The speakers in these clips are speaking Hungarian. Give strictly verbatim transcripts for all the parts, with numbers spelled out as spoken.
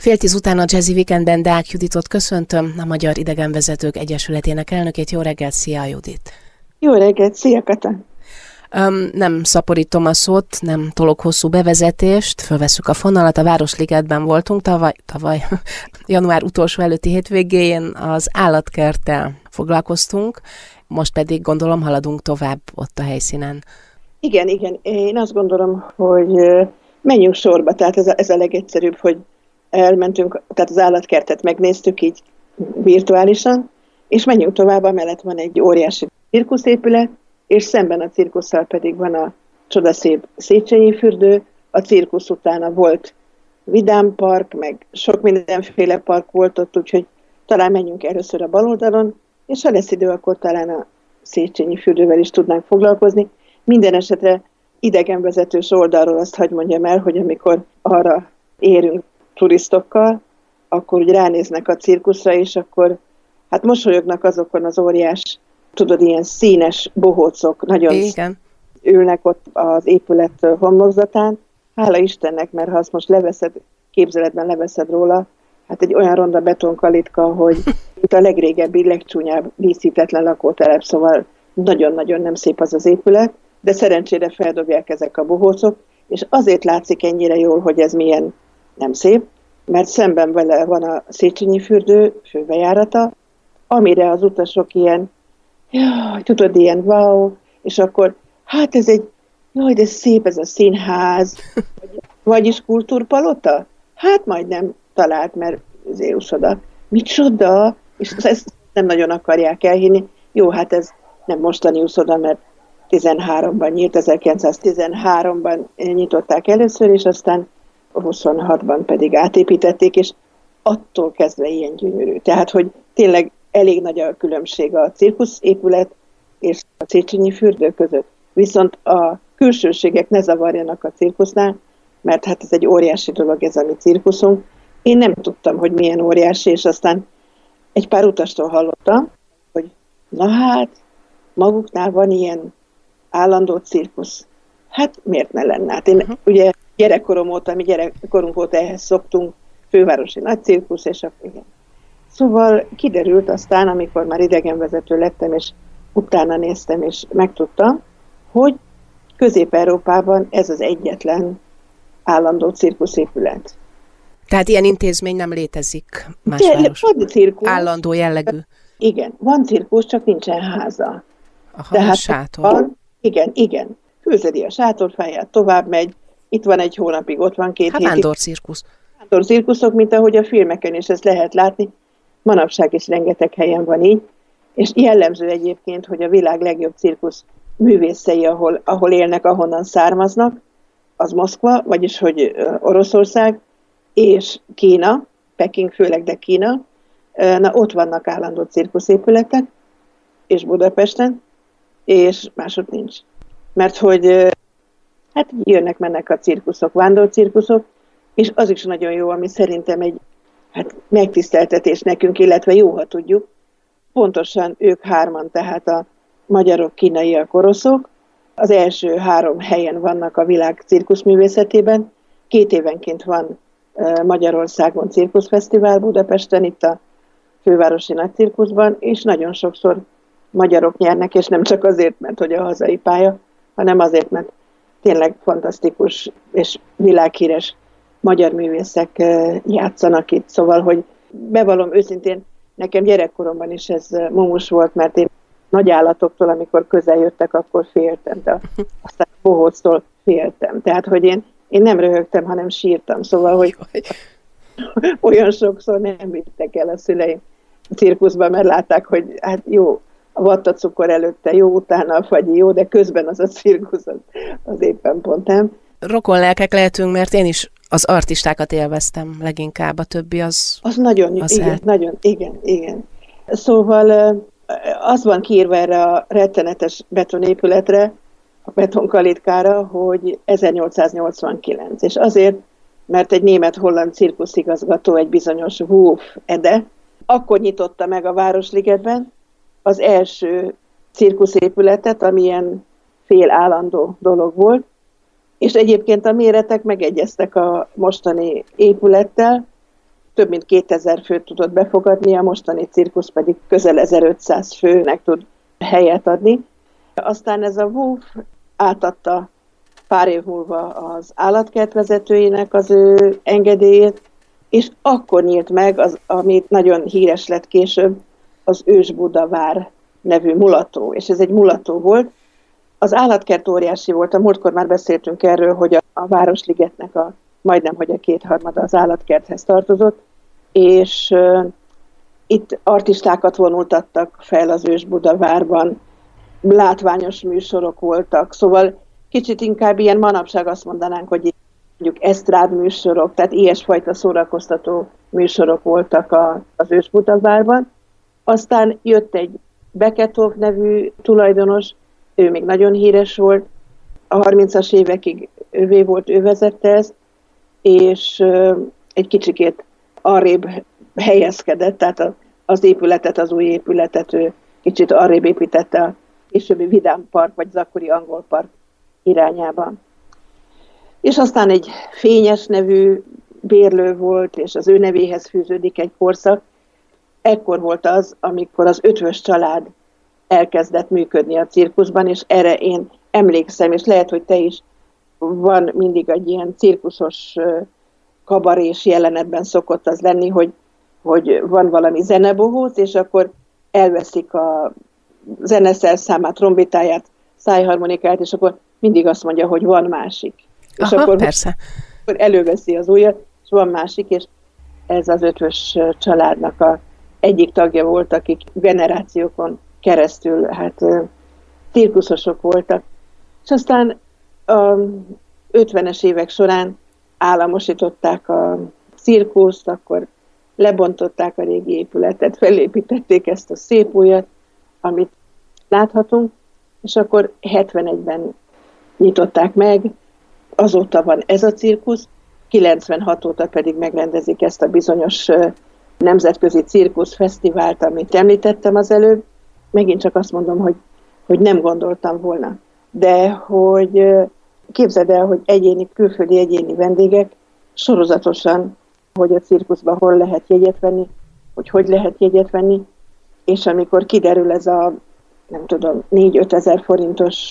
Fél tíz után a Jazzy Weekendben Deák Juditot köszöntöm, a Magyar Idegenvezetők Egyesületének elnökét. Jó reggelt, szia Judit! Jó reggelt, szia Kata! Um, nem szaporítom a szót, nem tolok hosszú bevezetést, fölvesszük a fonalat, a Városligetben voltunk tavaly, tavaly január utolsó előtti hétvégén, az állatkerttel foglalkoztunk, most pedig gondolom haladunk tovább ott a helyszínen. Igen, igen, én azt gondolom, hogy menjünk sorba, tehát ez a, ez a legegyszerűbb, hogy elmentünk, tehát az állatkertet megnéztük így virtuálisan, és menjünk tovább, amellett van egy óriási cirkuszépület, és szemben a cirkusszal pedig van a csodaszép Széchenyi fürdő, a cirkusz utána volt Vidám park, meg sok mindenféle park volt ott, úgyhogy talán menjünk először a bal oldalon, és ha lesz idő, akkor talán a Széchenyi fürdővel is tudnánk foglalkozni. Minden esetre idegenvezetős oldalról azt hadd mondjam el, hogy amikor arra érünk turistokkal, akkor úgy ránéznek a cirkuszra, és akkor hát mosolyognak azokon az óriás, tudod, ilyen színes bohócok, nagyon Igen. ülnek ott az épület homlokzatán. Hála Istennek, mert ha azt most leveszed, képzeletben leveszed róla, hát egy olyan ronda betonkalitka, hogy itt a legrégebbi, legcsúnyább díszítetlen lakótelep, szóval nagyon-nagyon nem szép az az épület, de szerencsére feldobják ezek a bohócok, és azért látszik ennyire jól, hogy ez milyen nem szép, mert szemben vele van a Széchenyi fürdő főbejárata, amire az utasok ilyen, jaj, tudod, ilyen wow, és akkor, hát ez egy, jaj, de szép ez a színház, vagyis kultúrpalota? Hát majdnem talált, mert Zéus oda. Micsoda? És ezt nem nagyon akarják elhinni. Jó, hát ez nem mostani úszoda, mert tizenháromban nyílt, ezerkilencszáztizenháromban nyitották először, és aztán huszonhatban pedig átépítették, és attól kezdve ilyen gyönyörű. Tehát, hogy tényleg elég nagy a különbség a cirkuszépület és a Széchenyi fürdő között. Viszont a külsőségek ne zavarjanak a cirkusznál, mert hát ez egy óriási dolog, ez a mi cirkuszunk. Én nem tudtam, hogy milyen óriási, és aztán egy pár utastól hallottam, hogy na hát, maguknál van ilyen állandó cirkusz. Hát miért ne lenne? Hát én uh-huh. ugye gyerekkorom óta, mi gyerekkorunk óta ehhez szoktunk, fővárosi nagy cirkusz, és akkor igen. Szóval kiderült aztán, amikor már idegenvezető lettem, és utána néztem, és megtudtam, hogy Közép-Európában ez az egyetlen állandó cirkuszépület. Tehát ilyen intézmény nem létezik más De, városokban? Cirkusz, állandó jellegű? Igen, van cirkusz, csak nincsen háza. Aha, Tehát sátor. Van, igen, igen. Főzedi a sátorfáját, tovább megy, itt van egy hónapig, ott van két hát hétig. vándorcirkusz. Vándorcirkuszok, mint ahogy a filmeken is ezt lehet látni. Manapság is rengeteg helyen van így, és jellemző egyébként, hogy a világ legjobb cirkusz művészei, ahol, ahol élnek, ahonnan származnak, az Moszkva, vagyis hogy Oroszország, és Kína, Peking főleg, de Kína, na ott vannak állandó cirkuszépületek, és Budapesten, és másod nincs. Mert hogy hát jönnek-mennek a cirkuszok, vándorcirkuszok, és az is nagyon jó, ami szerintem egy hát megtiszteltetés nekünk, illetve jó, ha tudjuk. Pontosan ők hárman, tehát a magyarok, kínaiak, oroszok, az első három helyen vannak a világ cirkuszművészetében. Két évenként van Magyarországon cirkuszfesztivál Budapesten, itt a fővárosi nagy cirkuszban, és nagyon sokszor magyarok nyernek, és nem csak azért, mert hogy a hazai pálya, hanem azért, mert tényleg fantasztikus és világhíres magyar művészek játszanak itt. Szóval, hogy bevallom őszintén, nekem gyerekkoromban is ez mumus volt, mert én nagy állatoktól, amikor közel jöttek, akkor féltem, de aztán a bohóctól féltem. Tehát, hogy én, én nem röhögtem, hanem sírtam. Szóval, hogy olyan sokszor nem vittek el a szüleim cirkuszba, mert látták, hogy hát jó, a vattacukor előtte jó, utána a fagyi jó, de közben az a cirkusz az, az éppen pont nem. Rokon lelkek lehetünk, mert én is az artistákat élveztem leginkább, a többi az... Az nagyon, az igen, el... nagyon, igen, igen. Szóval az van kiírva erre a rettenetes betonépületre, a betonkalitkára, hogy ezernyolcszáznyolcvankilenc, és azért, mert egy német-holland cirkuszigazgató, egy bizonyos Wolf Ede, akkor nyitotta meg a Városligetben az első cirkuszépületet, amilyen fél állandó dolog volt, és egyébként a méretek megegyeztek a mostani épülettel, több mint kétezer főt tudott befogadni, a mostani cirkusz pedig közel ezerötszáz főnek tud helyet adni. Aztán ez a Wolf átadta pár év múlva az állatkert vezetőjének az ő engedélyét, és akkor nyílt meg, az, amit nagyon híres lett később, az Ősbudavár nevű mulató, és ez egy mulató volt. Az állatkert óriási volt, a múltkor már beszéltünk erről, hogy a, a Városligetnek a, majdnem, hogy a kétharmada az állatkerthez tartozott, és uh, itt artistákat vonultattak fel az Ősbudavárban, látványos műsorok voltak, szóval kicsit inkább ilyen manapság azt mondanánk, hogy mondjuk esztrád műsorok, tehát ilyesfajta szórakoztató műsorok voltak a, az Ősbudavárban. Aztán jött egy Beketov nevű tulajdonos, ő még nagyon híres volt, a harmincas évekig ővé volt, ő vezette ezt, és egy kicsikét arrébb helyezkedett, tehát az épületet, az új épületet ő kicsit arrébb építette a későbbi Vidám Park, vagy az akkori Angol Park irányában. És aztán egy Fényes nevű bérlő volt, és az ő nevéhez fűződik egy korszak. Ekkor volt az, amikor az Ötvös család elkezdett működni a cirkuszban, és erre én emlékszem, és lehet, hogy te is, van mindig egy ilyen cirkuszos kabarés jelenetben szokott az lenni, hogy, hogy van valami zenebohóc, és akkor elveszik a zeneszerszámát, trombitáját, szájharmonikát, és akkor mindig azt mondja, hogy van másik. És Aha, akkor, persze. akkor előveszi az újat, és van másik, és ez az Ötvös családnak a egyik tagja volt, akik generációkon keresztül hát cirkuszosok voltak. És aztán a ötvenes évek során államosították a cirkuszt, akkor lebontották a régi épületet, felépítették ezt a szép újat, amit láthatunk, és akkor hetvenegyben nyitották meg, azóta van ez a cirkusz, kilencvenhat óta pedig megrendezik ezt a bizonyos nemzetközi cirkuszfesztivált, amit említettem az előbb. Megint csak azt mondom, hogy, hogy nem gondoltam volna. De hogy képzeld el, hogy egyéni, külföldi egyéni vendégek sorozatosan, hogy a cirkuszban hol lehet jegyet venni, hogy hogy lehet jegyet venni, és amikor kiderül ez a, nem tudom, négy-öt ezer forintos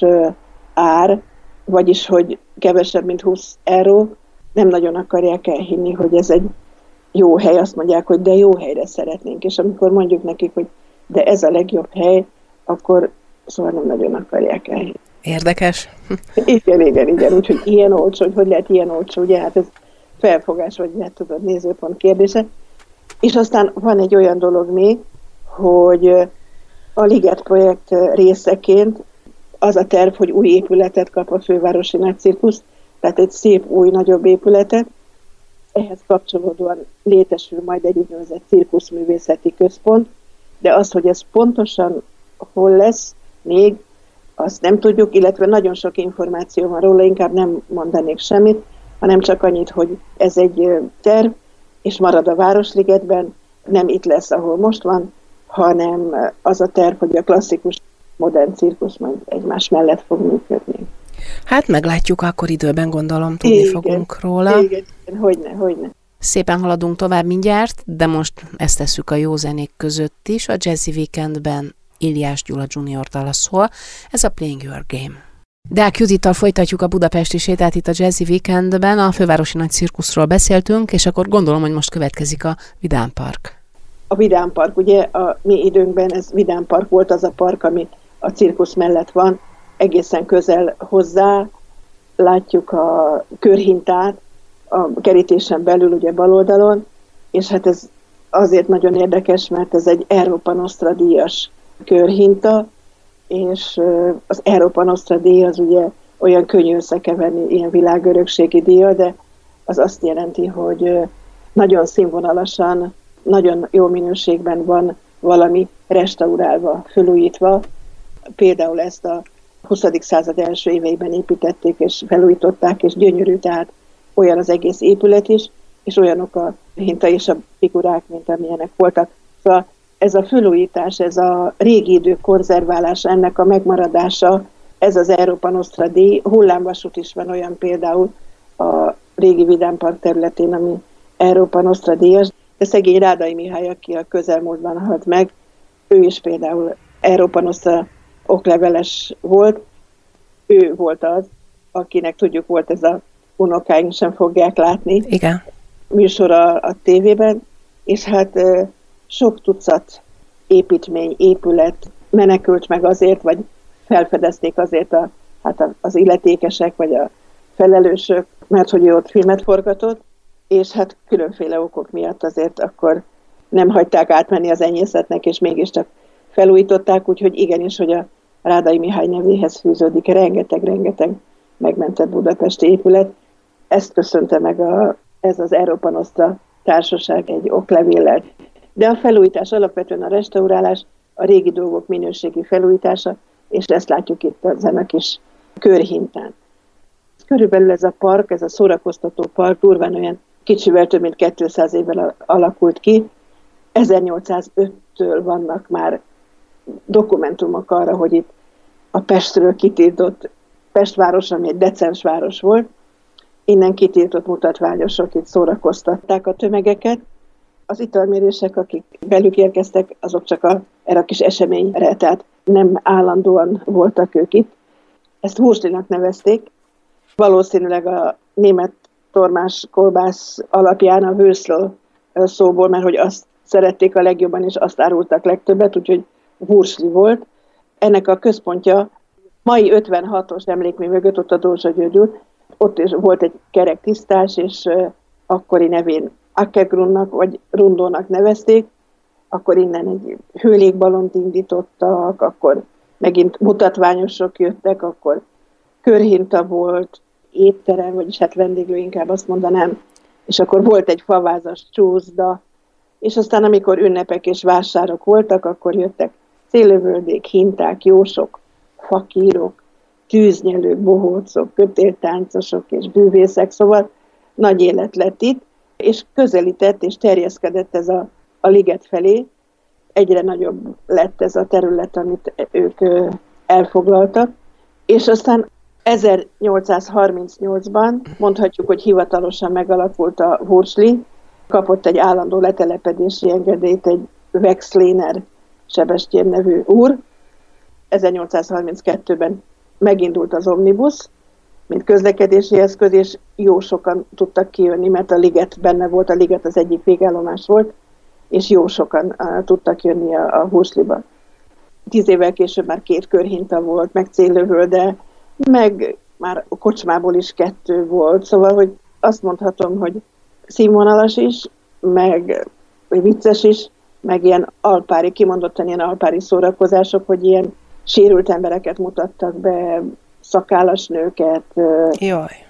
ár, vagyis, hogy kevesebb, mint húsz euró, nem nagyon akarják elhinni, hogy ez egy jó hely, azt mondják, hogy de jó helyre szeretnénk, és amikor mondjuk nekik, hogy de ez a legjobb hely, akkor szóval nem nagyon akarják elhinni. Érdekes. Igen, igen, igen, úgyhogy ilyen olcsó, hogy hogy lehet ilyen olcsó, ugye, hát ez felfogás, vagy hát tudod, nézőpont kérdése. És aztán van egy olyan dolog még, hogy a Liget projekt részeként az a terv, hogy új épületet kap a fővárosi nagycirkusz, tehát egy szép új, nagyobb épületet. Ehhez kapcsolódóan létesül majd egy úgynevezett cirkuszművészeti központ, de az, hogy ez pontosan hol lesz, még azt nem tudjuk, illetve nagyon sok információ van róla, inkább nem mondanék semmit, hanem csak annyit, hogy ez egy terv, és marad a Városligetben, nem itt lesz, ahol most van, hanem az a terv, hogy a klasszikus modern cirkusz majd egymás mellett fog működni. Hát meglátjuk, akkor időben gondolom, tudni igen, fogunk róla. Igen, hogyne, hogyne. Szépen haladunk tovább mindjárt, de most ezt tesszük a jó zenék között is. A Jazzy Weekendben Ilyás Gyula junior dala szól, ez a Playing Your Game. Deák Judittal folytatjuk a budapesti sétát itt a Jazzy Weekendben, a fővárosi nagy cirkuszról beszéltünk, és akkor gondolom, hogy most következik a Vidám Park. A Vidám Park, ugye a mi időnkben ez Vidám Park volt az a park, ami a cirkusz mellett van, egészen közel hozzá, látjuk a körhintát, a kerítésen belül, ugye bal oldalon, és hát ez azért nagyon érdekes, mert ez egy Európa Nostra díjas körhinta, és az Európa Nostra díj az ugye olyan könnyű összekeverni ilyen világörökségi díja, de az azt jelenti, hogy nagyon színvonalasan, nagyon jó minőségben van valami restaurálva, felújítva. Például ezt a huszadik század első éveiben építették és felújították, és gyönyörű, tehát olyan az egész épület is, és olyanok a hinta és a figurák, mint amilyenek voltak. Szóval ez a felújítás, ez a régi idők konzerválása, ennek a megmaradása, ez az Európa Nostra díj. Hullámvasút is van olyan például a régi Vidám Park területén, ami Európa Nostra díjas. A szegény Rádai Mihály, aki a közelmúltban halt meg, ő is például Európa Nostra okleveles volt. Ő volt az, akinek tudjuk volt ez a unokáink sem fogják látni. Igen. Műsor a, a tévében, és hát sok tucat építmény, épület menekült meg azért, vagy felfedezték azért a, hát az illetékesek, vagy a felelősök, mert hogy ő ott filmet forgatott, és hát különféle okok miatt azért akkor nem hagyták átmenni az enyészetnek, és mégiscsak felújították, úgyhogy igenis, hogy a Rádai Mihály nevéhez fűződik rengeteg-rengeteg megmentett budapesti épület. Ezt köszönte meg a, ez az Európa Nostra társaság egy oklevéllel. De a felújítás alapvetően a restaurálás, a régi dolgok minőségi felújítása, és ezt látjuk itt ezen a kis körhintán. Körülbelül ez a park, ez a szórakoztató park durván olyan kicsivel több mint kétszáz évvel alakult ki. ezernyolcszázöttől vannak már dokumentumok arra, hogy itt a Pestről kitiltott Pest város, ami egy decens város volt, innen kitiltott mutatványosok itt szórakoztatták a tömegeket. Az italmérések, akik velük érkeztek, azok csak a, erre a kis eseményre, tehát nem állandóan voltak ők itt. Ezt Wurslinak nevezték. Valószínűleg a német tormás kolbász alapján a Würstel szóból, mert hogy azt szerették a legjobban, és azt árultak legtöbbet, úgyhogy Wursli volt. Ennek a központja mai ötvenhatos emlékmű mögött, ott a Dózsa György út, ott is volt egy kerek tisztás, és akkori nevén Ackergrundnak vagy Rundónak nevezték, akkor innen egy hőlégballont indítottak, akkor megint mutatványosok jöttek, akkor körhinta volt, étterem, vagyis hát vendéglő, inkább azt mondanám, és akkor volt egy favázas csúszda, és aztán amikor ünnepek és vásárok voltak, akkor jöttek szélövöldék, hinták, jósok, fakírok, tűznyelők, bohócok, kötéltáncosok és bűvészek, szóval nagy élet lett itt, és közelített és terjeszkedett ez a, a liget felé. Egyre nagyobb lett ez a terület, amit ők elfoglaltak, és aztán ezernyolcszázharmincnyolcban mondhatjuk, hogy hivatalosan megalakult a Wursli, kapott egy állandó letelepedési engedélyt egy Wexléner Sebestyén nevű úr. ezernyolcszázharminckettőben megindult az omnibus, mint közlekedési eszköz, és jó sokan tudtak kijönni, mert a liget benne volt, a liget az egyik végállomás volt, és jó sokan uh, tudtak jönni a, a Wursliba. Tíz évvel később már két körhinta volt, meg céllövölde, meg már a kocsmából is kettő volt, szóval, hogy azt mondhatom, hogy színvonalas is, meg vicces is, meg ilyen alpári, kimondottan ilyen alpári szórakozások, hogy ilyen sérült embereket mutattak be, szakállas nőket, Jaj.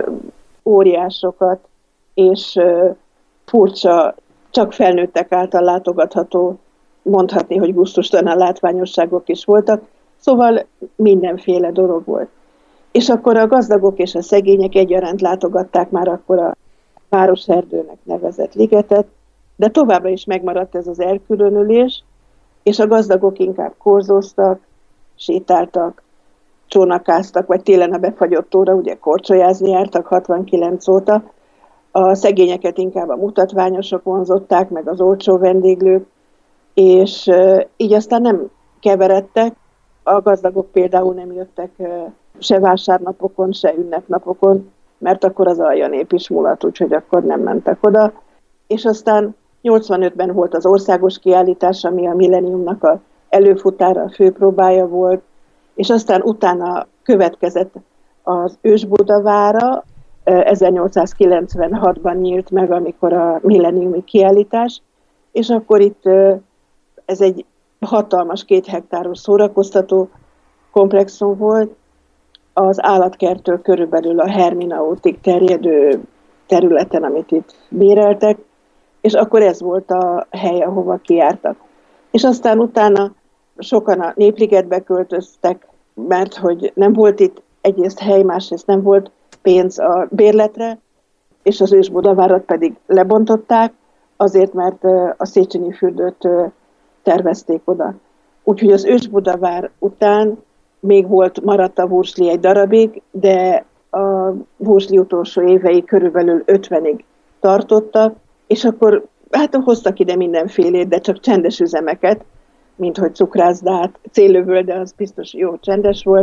óriásokat, és furcsa, csak felnőttek által látogatható, mondhatni, hogy gusztustalan látványosságok is voltak, szóval mindenféle dolog volt. És akkor a gazdagok és a szegények egyaránt látogatták már akkor a Városerdőnek nevezett ligetet, de továbbra is megmaradt ez az elkülönülés, és a gazdagok inkább korzóztak, sétáltak, csónakáztak, vagy télen a befagyott óra, ugye korcsolyázni jártak hatvankilenc óta. A szegényeket inkább a mutatványosok vonzották, meg az olcsó vendéglők, és így aztán nem keveredtek. A gazdagok például nem jöttek se vásárnapokon, se ünnepnapokon, mert akkor az aljanép is mulat, úgyhogy akkor nem mentek oda. És aztán nyolcvanötben volt az országos kiállítás, ami a Millenniumnak a előfutára, a főpróbája volt, és aztán utána következett az Ősbudavára, ezernyolcszázkilencvenhatban nyílt meg, amikor a millenniumi kiállítás, és akkor itt ez egy hatalmas két hektáros szórakoztató komplexum volt, az állatkerttől körülbelül a Hermina útig terjedő területen, amit itt béreltek, és akkor ez volt a hely, ahova kijártak. És aztán utána sokan a Népligetbe költöztek, mert hogy nem volt itt egyrészt hely, másrészt nem volt pénz a bérletre, és az Ősbudavárat pedig lebontották, azért, mert a Széchenyi fürdőt tervezték oda. Úgyhogy az Ősbudavár után még volt, maradt a Wursli egy darabig, de a Wursli utolsó évei körülbelül ötvenig tartottak, és akkor hát hoztak ide mindenfélét, de csak csendes üzemeket, mint hogy cukrászdát, céllövöl, de az biztos jó csendes volt.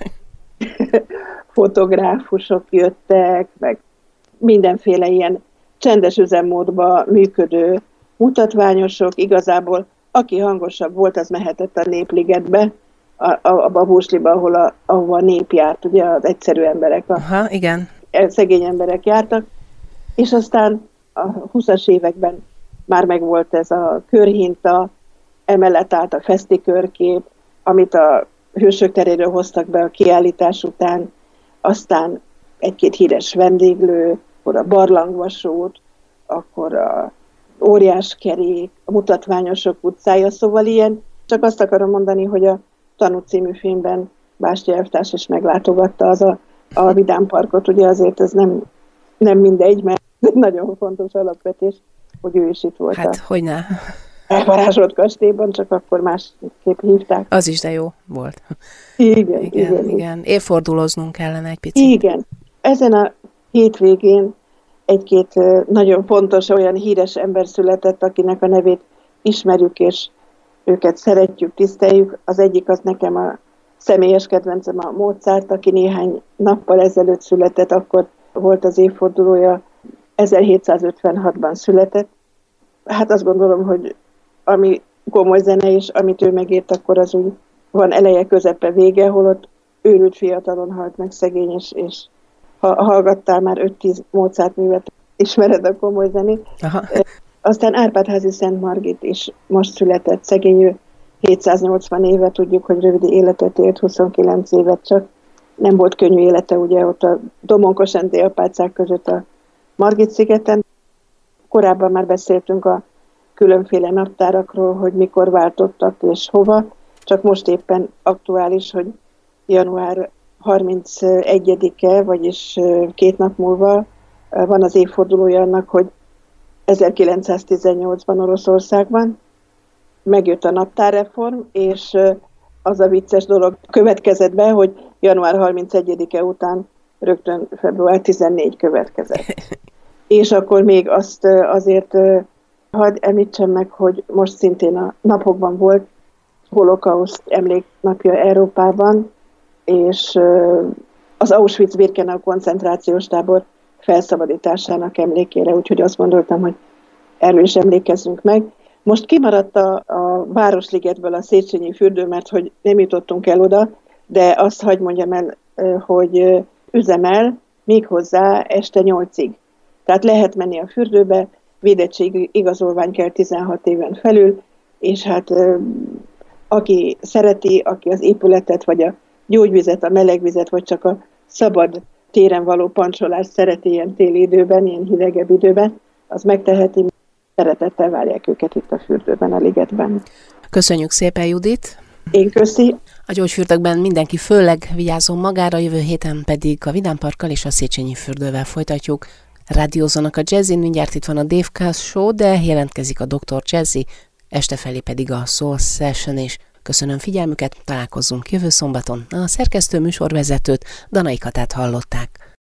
Fotográfusok jöttek, meg mindenféle ilyen csendes üzemmódban működő mutatványosok, igazából aki hangosabb volt, az mehetett a Népligetbe, abba a búsliba, ahol a, ahova a nép járt, ugye az egyszerű emberek, a Aha, igen. szegény emberek jártak, és aztán a húszas években már megvolt ez a körhinta, emellett állt a fesztikörkép, amit a Hősök teréről hoztak be a kiállítás után, aztán egy-két híres vendéglő, akkor a barlangvasút, akkor a óriáskerék, a mutatványosok utcája, szóval ilyen. Csak azt akarom mondani, hogy a Tanú című filmben Bástya elvtárs is meglátogatta az a, a Vidám Parkot, ugye azért ez nem, nem mindegy, mert nagyon fontos alapvetés, hogy ő is itt volt. Hát, a hogyne. elvarázsolt kastélyban, csak akkor másképp hívták. Az is de jó volt. Igen, igen, igen. igen. igen. Évfordulóznunk kellene egy picit. Igen. Ezen a hétvégén egy-két nagyon fontos, olyan híres ember született, akinek a nevét ismerjük, és őket szeretjük, tiszteljük. Az egyik az nekem a személyes kedvencem, a Mozart, aki néhány nappal ezelőtt született, akkor volt az évfordulója, ezerhétszázötvenhatban született. Hát azt gondolom, hogy ami komoly zene, és amit ő megért, akkor az úgy van eleje, közepe, vége, holott őrült fiatalon halt meg szegény, és, és ha hallgattál már öt-tíz Mozart művet, ismered a komoly zenét. Aha. Aztán Árpád-házi Szent Margit is most született, szegény, ő hétszáznyolcvan éve, tudjuk, hogy rövid életet élt, huszonkilenc évet csak. Nem volt könnyű élete, ugye ott a Domonkos-Enté apácák között a Margit-szigeten. Korábban már beszéltünk a különféle naptárakról, hogy mikor váltottak és hova, csak most éppen aktuális, hogy január harmincegyedike, vagyis két nap múlva van az évfordulója annak, hogy ezerkilencszáztizennyolcban Oroszországban megjött a naptárreform, és az a vicces dolog következett be, hogy január harmincegyedike után rögtön február tizennégy következett. És akkor még azt azért hadd említsem meg, hogy most szintén a napokban volt holokauszt emléknapja Európában, és az Auschwitz-Birkenau koncentrációs tábor felszabadításának emlékére, úgyhogy azt gondoltam, hogy erről is emlékezzünk meg. Most kimaradt a, a Városligetből a Széchenyi fürdő, mert hogy nem jutottunk el oda, de azt hadd mondjam el, hogy üzemel méghozzá este nyolcig. Tehát lehet menni a fürdőbe, védettségi igazolvány kell tizenhat éven felül, és hát aki szereti, aki az épületet, vagy a gyógyvizet, a melegvizet, vagy csak a szabad téren való pancsolást szereti ilyen téli időben, ilyen hidegebb időben, az megteheti, szeretettel várják őket itt a fürdőben, a ligetben. Köszönjük szépen, Judit! Én köszi! A gyógyfürdőkben mindenki főleg vigyázzon magára, jövő héten pedig a Vidám Parkkal és a Széchenyi fürdővel folytatjuk. Rádiózzanak a Jazzin, mindjárt itt van a Dave Cass Show, de jelentkezik a doktor Jazzy, este felé pedig a Soul Session is. Köszönöm figyelmüket, találkozzunk jövő szombaton. A szerkesztő műsorvezetőt, Danai Katát hallották.